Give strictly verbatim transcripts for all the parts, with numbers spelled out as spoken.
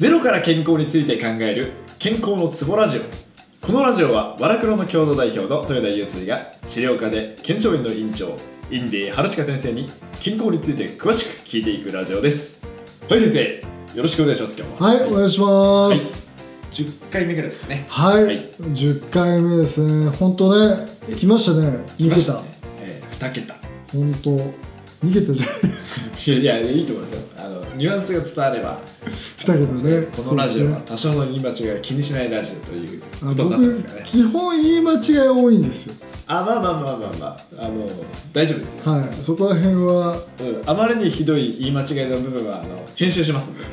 ゼロから健康について考える健康のツボラジオ。このラジオはワラクロの共同代表の豊田祐水が治療家で健常院の院長インディ春近先生に健康について詳しく聞いていくラジオです。はい先生、よろしくお願いします。今日もはい、はい、お願いします、はい、 じゅっかいめぐらいですかね。 はい、はい、じゅっかいめですね。本当ね、来ましたね。にけた、 えー、にけた本当にけたじゃないいやいや、いいと思いますよ。あのニュアンスが伝わればにけたね。 このラジオは多少の言い間違いを気にしないラジオということになってますからね。 基本言い間違い多いんですよ。 あ、まあまあまあまあまあ、あの大丈夫ですよ。 はい、そこら辺は、 うん、あまりにひどい言い間違いの部分はあの編集しますんで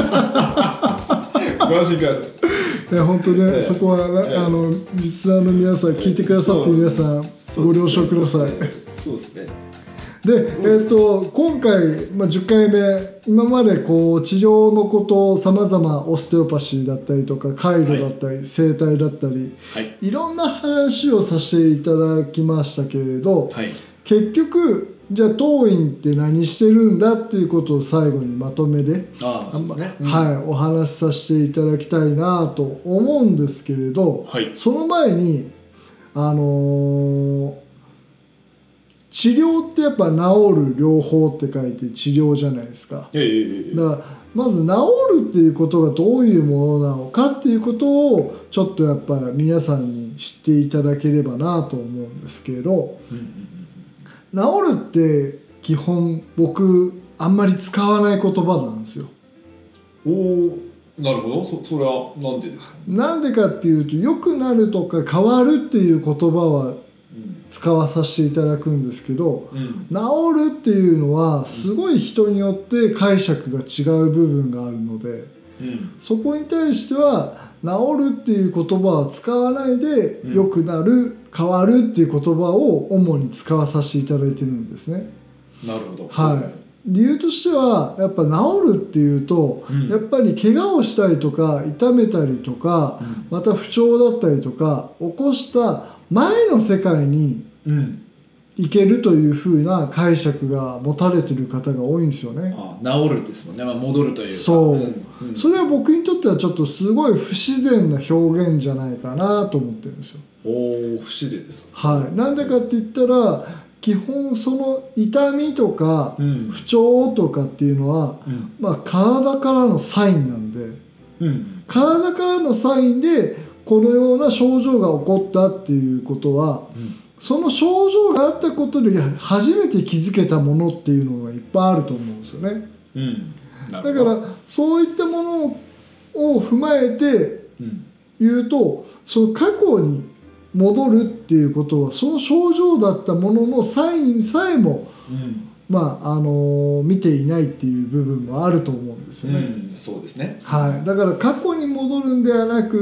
ご安心ください。 いや本当ね、 ええ、 そこは、ええ、あのリスナーの皆さん、聞いてくださっている皆さん、ご了承ください。 そうですね。 で、えー、と今回、まあ、じゅっかいめ、今までこう治療のことをさまざま、オステオパシーだったりとか回路だったり、はい、整体だったり、はい、いろんな話をさせていただきましたけれど、はい、結局じゃあ当院って何してるんだっていうことを最後にまとめで、 ああ、そうですね、うん、 はい、お話しさせていただきたいなと思うんですけれど、はい、その前にあのー治療ってやっぱ治る療法って書いて治療じゃないですか。だからまず治るっていうことがどういうものなのかっていうことをちょっとやっぱり皆さんに知っていただければなと思うんですけど、治るって基本僕あんまり使わない言葉なんですよ。 おー、なるほど。 そ, それはなんでですか？ なんでかっていうと、良くなるとか変わるっていう言葉は使わさせていただくんですけど、うん、治るっていうのはすごい人によって解釈が違う部分があるので、うん、そこに対しては治るっていう言葉は使わないで、うん、良くなる、変わるっていう言葉を主に使わさせていただいてるんですね。 なるほど。 はい。理由としてはやっぱ治るっていうと、うん、やっぱり怪我をしたりとか痛めたりとか、うん、また不調だったりとか起こした前の世界に行けるというふうな解釈が持たれている方が多いんですよね。 ああ、治るですもんね、まあ、戻るというか。そう、 うんうん、それは僕にとってはちょっとすごい不自然な表現じゃないかなと思ってるんですよ。 おお、不自然ですか。 はい。なんでかって言ったら、基本その痛みとか不調とかっていうのは、うん、まあ、体からのサインなんで、うん、体からのサインでこのような症状が起こったっていうことは、うん、その症状があったことで初めて気づけたものっていうのがいっぱいあると思うんですよね。うん、だからそういったものを踏まえて言うと、その過去に戻るっていうことはその症状だったもののサインさえも、うん、まああのー、見ていないっていう部分もあると思うんですよね。 うん、そうですね。 はい。だから過去に戻るんではなくって、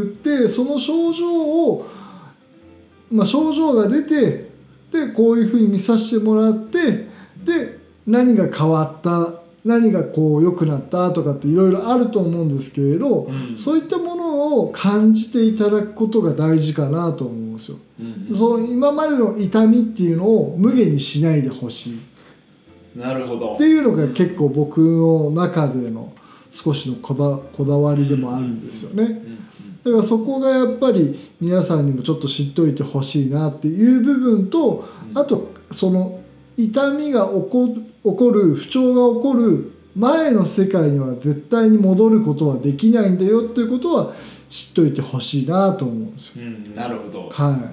その症状を、まあ、症状が出て、でこういうふうに見させてもらって、で何が変わった、何がこう良くなったとかっていろいろあると思うんですけれど、うん、そういったものを感じていただくことが大事かなと思うんですよ。うんうん、その今までの痛みっていうのを無限にしないでほしい。 なるほど。 っていうのが結構僕の中での少しのこだ、こだわりでもあるんですよね。だからそこがやっぱり皆さんにもちょっと知っておいてほしいなっていう部分と、あとその痛みが起こ、起こる、不調が起こる前の世界には絶対に戻ることはできないんだよっていうことは知っておいてほしいなと思うんですよ。 うん、なるほど。 はい。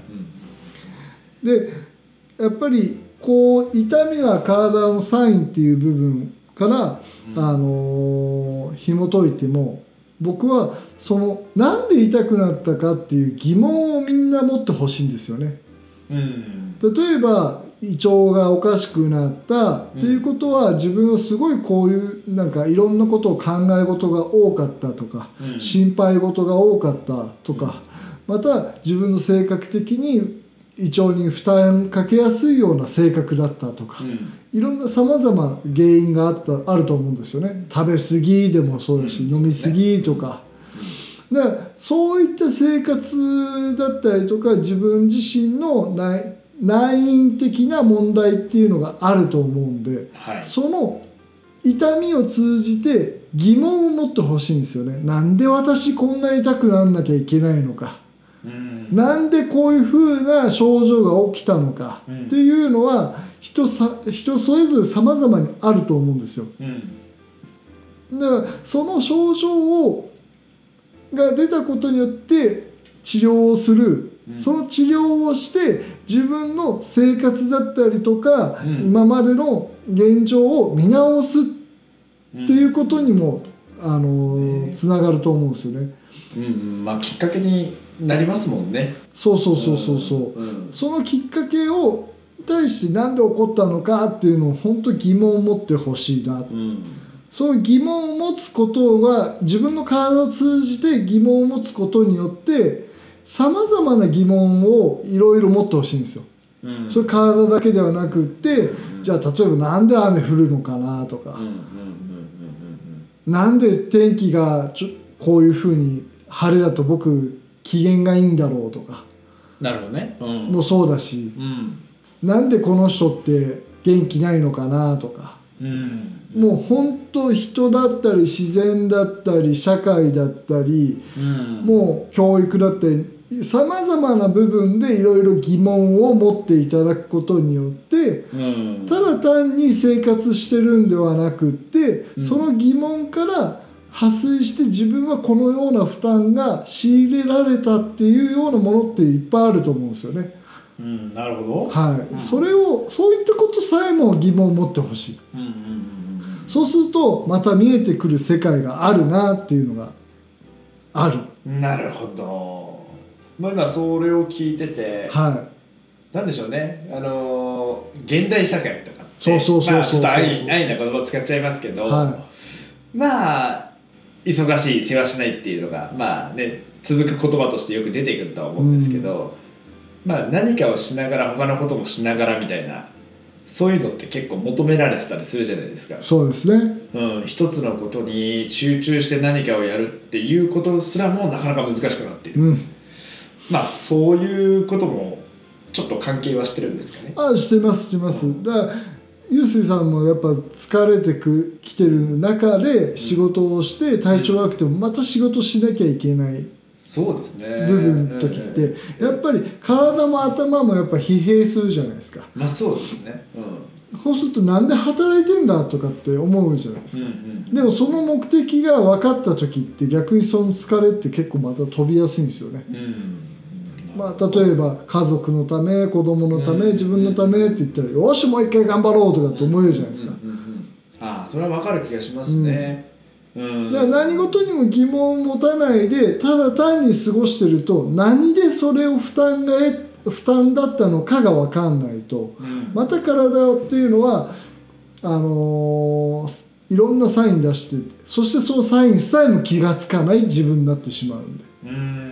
でやっぱりこう痛みは体のサインっていう部分から、うん、あのー、紐解いても、僕はそのなんで痛くなったかっていう疑問をみんな持ってほしいんですよね。うん、例えば胃腸がおかしくなったっていうことは、うん、自分はすごいこういうなんかいろんなことを考え事が多かったとか、うん、心配事が多かったとか、また自分の性格的に胃腸に負担かけやすいような性格だったとか、うん、いろんなさまざまな原因があったあると思うんですよね。食べ過ぎでもそうだし、うん、飲み過ぎとか、うん、でそういった生活だったりとか自分自身の内内因的な問題っていうのがあると思うんで、はい、その痛みを通じて疑問を持ってほしいんですよね。なんで私こんな痛くなんなきゃいけないのか、うん、なんでこういうふうな症状が起きたのかっていうのは人さ人それぞれ様々にあると思うんですよ、うん、だからその症状をが出たことによって治療をする、うん、その治療をして自分の生活だったりとか、うん、今までの現状を見直すっていうことにも、うん、あのつながると思うんですよね。 うんうん、まあきっかけになりますもんね。 そうそうそうそうそう、うんうん、そのきっかけを対して何で起こったのかっていうのを本当に疑問を持ってほしいな、うん、その疑問を持つことが自分の体を通じて疑問を持つことによってさまざまな疑問をいろいろ持ってほしいんですよ、うん、それ体だけではなくって、うん、じゃあ例えばなんで雨降るのかなとか、なんで天気がちょこういうふうに晴れだと僕機嫌がいいんだろうとか、 なるほどね、うん、 もうそうだし、うん、なんでこの人って元気ないのかなとか、うん、もう本当人だったり自然だったり社会だったり、うん、もう教育だったりさまざまな部分でいろいろ疑問を持っていただくことによって、うん、ただ単に生活してるんではなくって、うん、その疑問から派生して自分はこのような負担が強いれられたっていうようなものっていっぱいあると思うんですよね。 うん、なるほど、 はい、うん、それをそういったことさえも疑問を持ってほしい、うんうんうんうん、そうするとまた見えてくる世界があるなっていうのがある。 なるほど、まあ、今それを聞いてて、はい、なんでしょうね、あの現代社会とかってそうそうそうそう、 まあ、ちょっと安易な言葉を使っちゃいますけど、はい、まあ忙しい世話しないっていうのがまあね続く言葉としてよく出てくるとは思うんですけど、うん、まあ何かをしながら他のこともしながらみたいなそういうのって結構求められてたりするじゃないですか。 そうですね、 うん、一つのことに集中して何かをやるっていうことすらもなかなか難しくなっている、うん、まあそういうこともちょっと関係はしてるんですかね。 あ、してますしてます、うん、だから臼井さんもやっぱ疲れてくきてる中で仕事をして体調悪くてもまた仕事しなきゃいけないそうですね部分の時ってやっぱり体も頭もやっぱ疲弊するじゃないですか。 まあそうですね、 うん、そうするとなんで働いてんだとかって思うじゃないですか、うんうん、でもその目的が分かった時って逆にその疲れって結構また飛びやすいんですよね、うん、まあ、例えば家族のため子供のため、うん、自分のためって言ったらよしもう一回頑張ろうとかって思えるじゃないですか、うんうんうんうん、 ああそれは分かる気がしますね、うんうん、 だから何事にも疑問を持たないでただ単に過ごしてると何でそれを負担が負担だったのかが分かんないと、うん、また体っていうのはあのー、いろんなサイン出してそしてそのサインさえも気がつかない自分になってしまうんで、う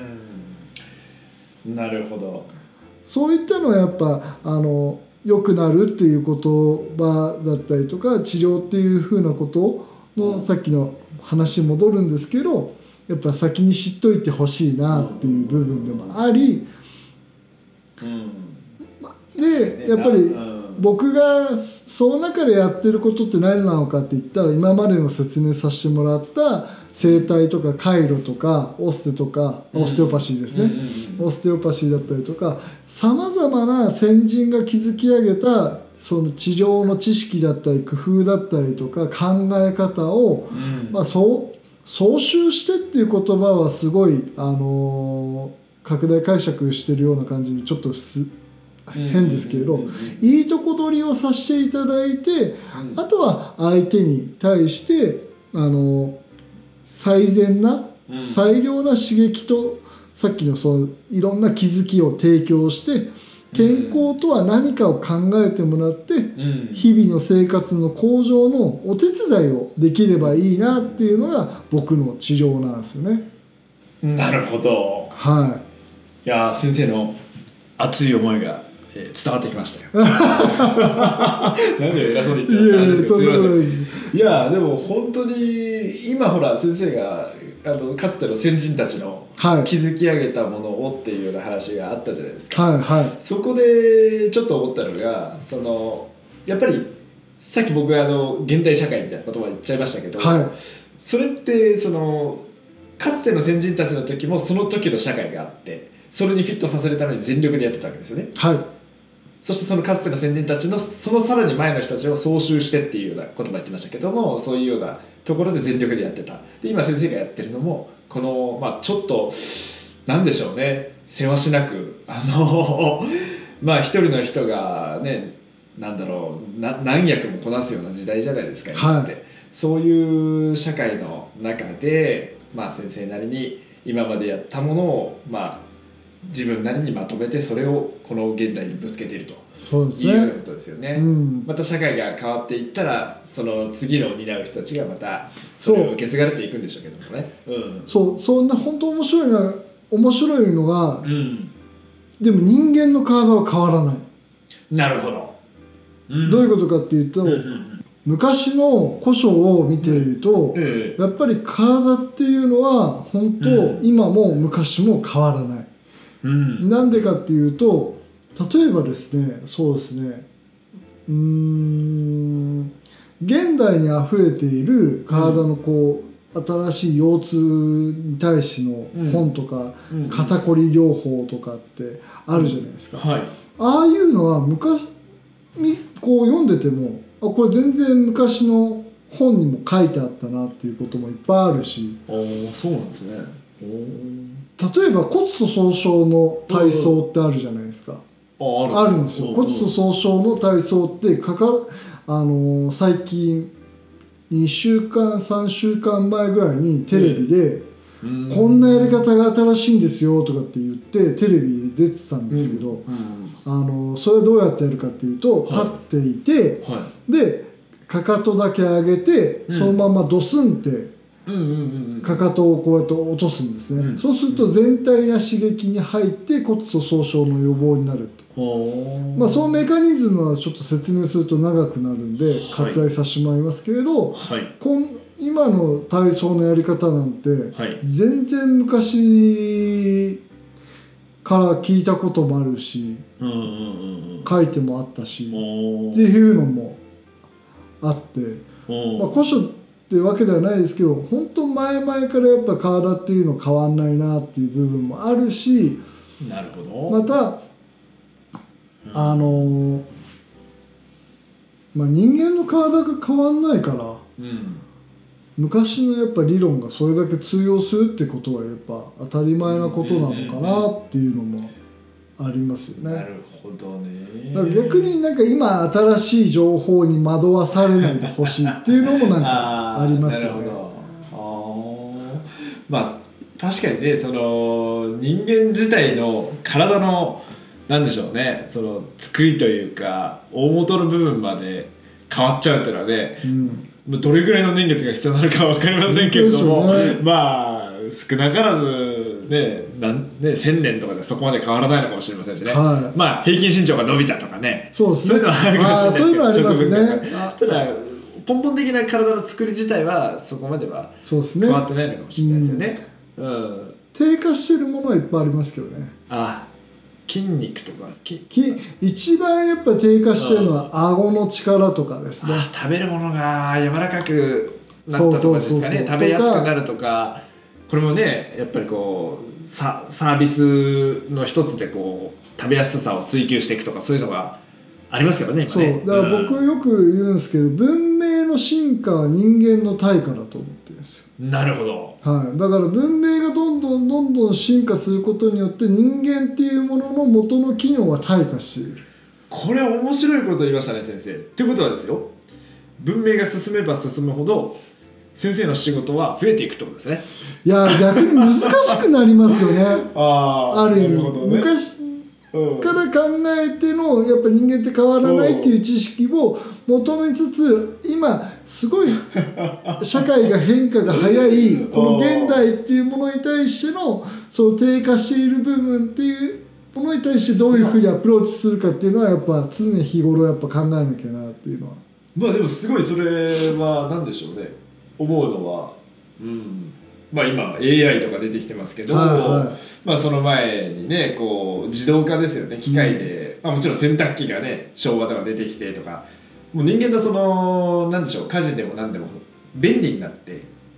ん、なるほど。 そういったのはやっぱあの良くなるっていう言葉だったりとか治療っていうふうなことの、うん、さっきの話に戻るんですけどやっぱ先に知っといてほしいなっていう部分でもあり、うん、でやっぱり僕がその中でやってることって何なのかって言ったら今までの説明させてもらった整体とか回路とかオステとかオステオパシーですね、オステオパシーだったりとかさまざまな先人が築き上げたその治療の知識だったり工夫だったりとか考え方を、うん、まあ、そう総集してっていう言葉はすごい、あのー、拡大解釈してるような感じでちょっとす変ですけれど、いいとこ取りをさせていただいて、うん、あとは相手に対して、あのー、最善な、うん、最良な刺激とさっきのそういろんな気づきを提供して健康とは何かを考えてもらって、うん、日々の生活の向上のお手伝いをできればいいなっていうのが僕の治療なんですよね。 なるほど、 はい、 いや先生の熱い思いが、えー、伝わってきましたよなんで偉そうに言ってる話ですけどすいません。いやでも本当に今ほら先生があのかつての先人たちの築き上げたものをっていうような話があったじゃないですか、 はいはい、 そこでちょっと思ったのがそのやっぱりさっき僕があの現代社会みたいな言葉言っちゃいましたけど、はい、 それってそのかつての先人たちの時もその時の社会があってそれにフィットさせるために全力でやってたわけですよね。 はい。 そしてそのかつての先人たちのそのさらに前の人たちを総集してっていうような言葉言ってましたけども、そういうようなところで全力でやってた。で今先生がやってるのもこの、まあ、ちょっとなんでしょうね、せわしなくあのまあ一人の人がね、なんだろうな何役もこなすような時代じゃないですか今って、はい、そういう社会の中で、まあ、先生なりに今までやったものをまあ自分なりにまとめてそれをこの現代にぶつけているとそうですね、 いうようなことですよね、 うん、 また社会が変わっていったらその次の担う人たちがまたそれを受け継がれていくんでしょうけどもね、うん、 そうそんな本当面白いな面白いのが、 うん、 でも人間の体は変わらない。 なるほど、 うん、どういうことかっていうと、うんうん、昔の古書を見ていると、うん、やっぱり体っていうのは本当、うん、今も昔も変わらない、うん、なんでかっていうと例えばですね、そうですね、うーん現代にあふれている体のこう、うん、新しい腰痛に対しての本とか、うん、肩こり療法とかってあるじゃないですか、うんはい、ああいうのは昔こう読んでてもあこれ全然昔の本にも書いてあったなっていうこともいっぱいあるし。 ああそうなんですね。 例えば骨粗しょう症の体操ってあるじゃないですか。あるんですよ。骨粗しょう症の体操ってかか、あのー、最近にしゅうかんさんしゅうかんまえぐらいにテレビで、うん、こんなやり方が新しいんですよとかって言ってテレビで出てたんですけど、うんうん、あのー、それどうやってやるかっていうと、はい、立っていて、はい、でかかとだけ上げて、うん、そのままドスンってかかとをこうやって落とすんですね、うん、そうすると全体が刺激に入って骨粗しょう症の予防になると、まあ、そのメカニズムはちょっと説明すると長くなるんで割愛させてもらいますけれど、はい、こん今の体操のやり方なんて全然昔から聞いたこともあるし、うんうんうん、書いてもあったしっていうのもあって、まあ、古書っていうわけではないですけど本当前々からやっぱ体っていうの変わんないなっていう部分もあるし、 なるほど、 また、うん、あの、まあ、人間の体が変わんないから、うん、昔のやっぱ理論がそれだけ通用するってことはやっぱ当たり前なことなのかなっていうのもありますよね。 なるほどね。 だから逆になんか今新しい情報に惑わされないでほしいっていうのもなんかありますよね。なるほど。あまあ確かにね、その人間自体の体のなんでしょうね、その作りというか大元の部分まで変わっちゃうっていうのはね、うん、どれぐらいの年月が必要なのか分かりませんけれども、ね、まあ少なからずね、なんねせんねんとかでそこまで変わらないのかもしれませんしね、はい、まあ平均身長が伸びたとかね、 そうですね、 そういうのはあるかもしれないですけど、 そういうのはありますね。 ただ根本的な体の作り自体はそこまでは変わってないのかもしれないですよね。うんうん、 低下してるものはいっぱいありますけどね。 ああ筋肉とかき一番やっぱ低下してるのは顎の力とかですね。 あ食べるものが柔らかくなったとかですかね。食べやすくなるとか、これもねやっぱりこう サ, サービスの一つでこう食べやすさを追求していくとかそういうのがありますからね今ね。 そうだから僕よく言うんですけど、うん、文明の進化は人間の対価だと思ってるんですよ。 なるほど、 はい、だから文明がどんどんどんどん進化することによって人間っていうものの元の機能は退化している。 これ面白いこと言いましたね先生。ってことはですよ、文明が進めば進むほど先生の仕事は増えていくってことですね。 いや逆に難しくなりますよねあ, ある意味、ね、昔から考えてのやっぱ人間って変わらないっていう知識を求めつつ、今すごい社会が変化が早いこの現代っていうものに対してのその低下している部分っていうものに対してどういうふうにアプローチするかっていうのはやっぱ常日頃やっぱ考えなきゃなっていうのは。 まあでもすごいそれは何でしょうね、思うのは、うんまあ、今 エーアイ とか出てきてますけど、はいはい、まあ、その前にねこう自動化ですよね、機械で、うんまあ、もちろん洗濯機がね昭和とか出てきてとか、もう人間のその何でしょう家事でも何でも便利になって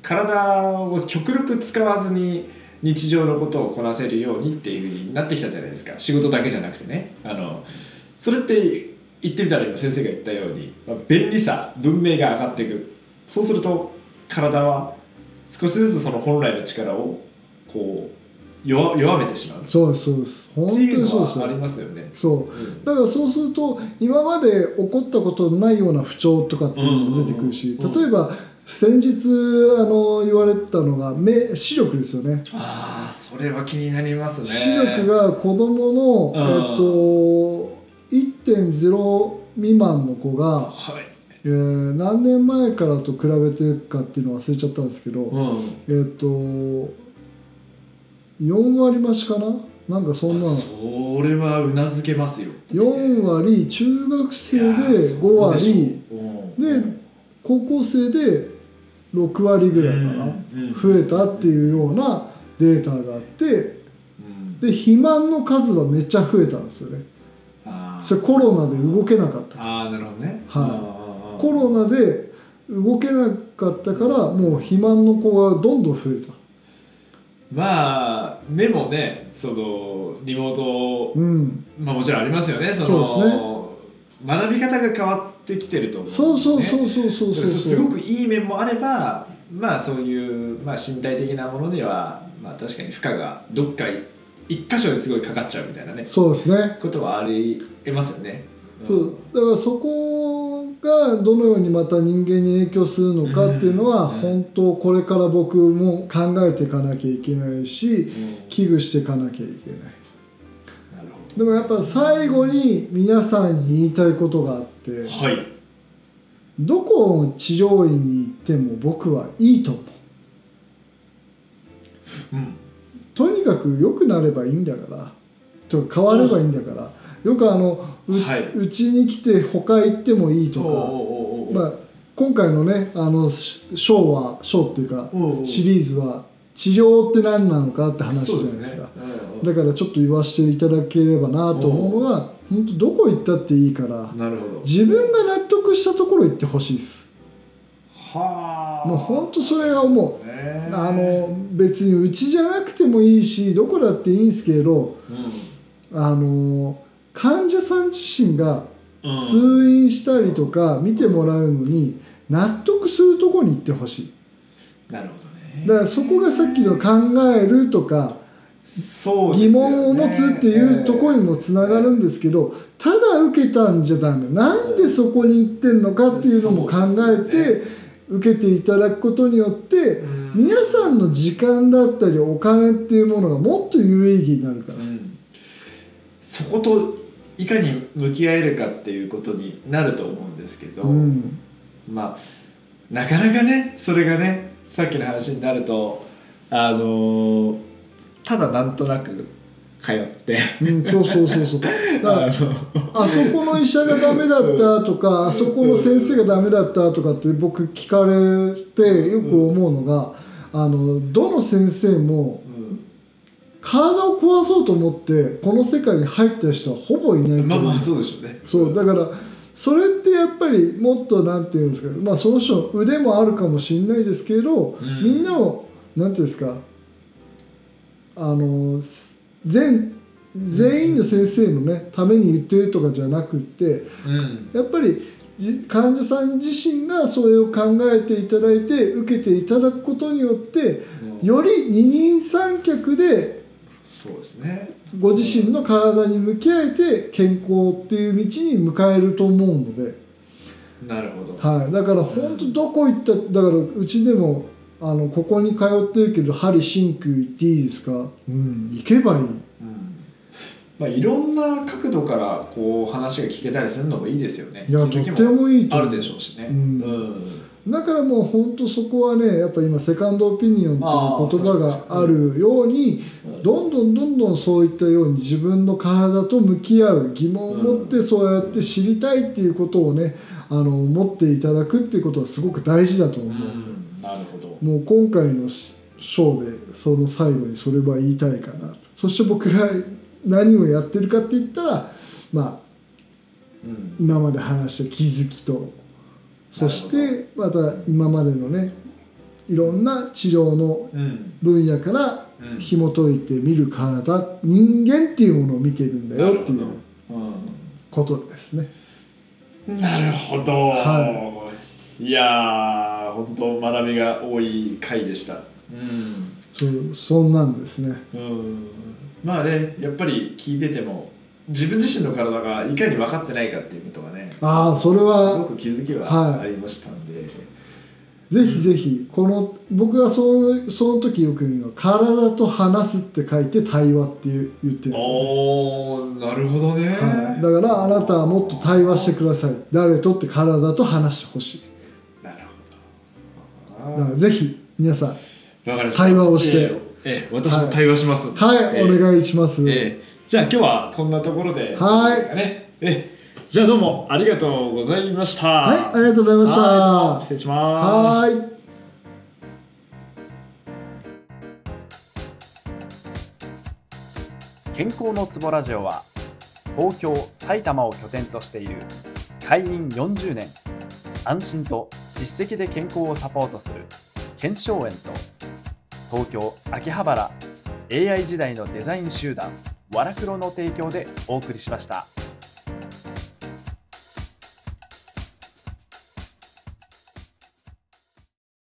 体を極力使わずに日常のことをこなせるようにっていう風になってきたじゃないですか。仕事だけじゃなくてね。あのそれって言ってみたら今先生が言ったように、まあ、便利さ文明が上がっていく。そうすると体は少しずつその本来の力をこう 弱, 弱めてしまう。 そうですそうです。本当っていうにそうですのはありますよね。 そう、うん、だからそうすると今まで起こったことのないような不調とかっていうのも出てくるし、例えば先日あの言われたのが目視力ですよね。 ああ、それは気になりますね。 視力が子供の、えっと、いってんゼロ 未満の子が、はい、えー、何年前からと比べてるかっていうのを忘れちゃったんですけど、うん、えっとよん割増しかな、なんかそんなの。 それはうなずけますよ。 よん割、中学生でご割で高校生でろく割ぐらいかな、増えたっていうようなデータがあって、で肥満の数はめっちゃ増えたんですよね。それコロナで動けなかった。 ああ、なるほどね。 はい、コロナで動けなかったからもう肥満の子がどんどん増えた。 まあ目もね、そのリモート、うん、まあもちろんありますよね。そのそうですね、 学び方が変わってきてると思う、ね、 そうそうそうそうそうそう、 すごくいい面もあれば、まあそういう、まあ、身体的なものでは、まあ、確かに負荷がどっか一箇所ですごいかかっちゃうみたいなね、 そうですね、 ことはありえますよね。 そう、だからそこがどのようにまた人間に影響するのかっていうのは、本当これから僕も考えていかなきゃいけないし、危惧していかなきゃいけない。でもやっぱ最後に皆さんに言いたいことがあって、はい、どこの治療院に行っても僕はいいと思う、うん、とにかく良くなればいいんだからと変わればいいんだから、よくあの う,、はい、うちに来て他行ってもいいとか、まあ、今回のねあのショーはショーっていうかシリーズは治療って何なのかって話じゃないですか。だからちょっと言わせていただければなと思うのが、本当どこ行ったっていいから、なるほど、自分が納得したところ行ってほしいです。はあ、もう本当それは思う。あの別にうちじゃなくてもいいしどこだっていいんですけど、うん、あの患者さん自身が通院したりとか見てもらうのに納得するところに行ってほしい。 なるほどね。 だからそこがさっきの考えるとか疑問を持つっていうところにもつながるんですけど、ただ受けたんじゃダメ、なんでそこに行ってんのかっていうのも考えて受けていただくことによって皆さんの時間だったりお金っていうものがもっと有意義になるから、うん、 そこといかに向き合えるかっていうことになると思うんですけど、うん、まあなかなかねそれがねさっきの話になるとあのー、ただなんとなく通って、 うん、そうそうそうそうだからあそこの医者がダメだったとかあそこの先生がダメだったとかって僕聞かれてよく思うのが、あのどの先生も体を壊そうと思ってこの世界に入った人はほぼいない。 まあまあそうでしょうね。 そうだからそれってやっぱりもっとなんていうんですか、まあその人の腕もあるかもしれないですけど、うん、みんなをなんていうんですか、あの全全員の先生のねために言ってるとかじゃなくって、うん、やっぱり患者さん自身がそれを考えていただいて受けていただくことによって、うん、より二人三脚でそうですね、 ご自身の体に向き合えて健康っていう道に向かえると思うので。 なるほど、 はい、だから本当どこ行っただからうちでもあのここに通ってるけど針鍼灸行っていいですか、うん、行けばいい、うん、 まあ、いろんな角度からこう話が聞けたりするのもいいですよね。 いやとってもいいとあるでしょうしね、うんうん、だからもう本当そこはねやっぱ今セカンドオピニオンっていう言葉があるようにどんどんどんどんそういったように自分の体と向き合う疑問を持ってそうやって知りたいっていうことをねあの持っていただくっていうことはすごく大事だと思う、うん、 なるほど。 もう今回のショーでその最後にそれは言いたいかな。そして僕が何をやってるかって言ったらまあ、うん、今まで話した気づきとそしてまた今までのねいろんな治療のうん分野からうん紐解いてみる体、人間っていうものを見てるんだよっていうなることですね。 うんなるほど、 は、 いやー本当学びが多い回でした。うんそうそんなんですね。 うんまあね、やっぱり聞いてても自分自身の体がいかに分かってないかっていうことがね、 ああそれはすごく気づきははいありましたんで、 ぜひぜひこの僕がそのその時よく言うのは体と話すって書いて対話って言う言ってるんですよね。 おーなるほどね、 はい、だからあなたはもっと対話してください。誰とって体と話してほしい。 なるほど。 だからぜひ皆さんわかりました。 対話をして、 ええええ私も対話します。 はい、 ええお願いします。 ええじゃあ今日はこんなところでいいですはいかね。ええじゃあどうもありがとうございました。 はい、ありがとうございました。 はい失礼します。 はい。 健康のツボラジオは東京、埼玉を拠点としている会員よんじゅうねん、安心と実績で健康をサポートする健証園と東京・秋葉原 エーアイ 時代のデザイン集団ワラクロの提供でお送りしました。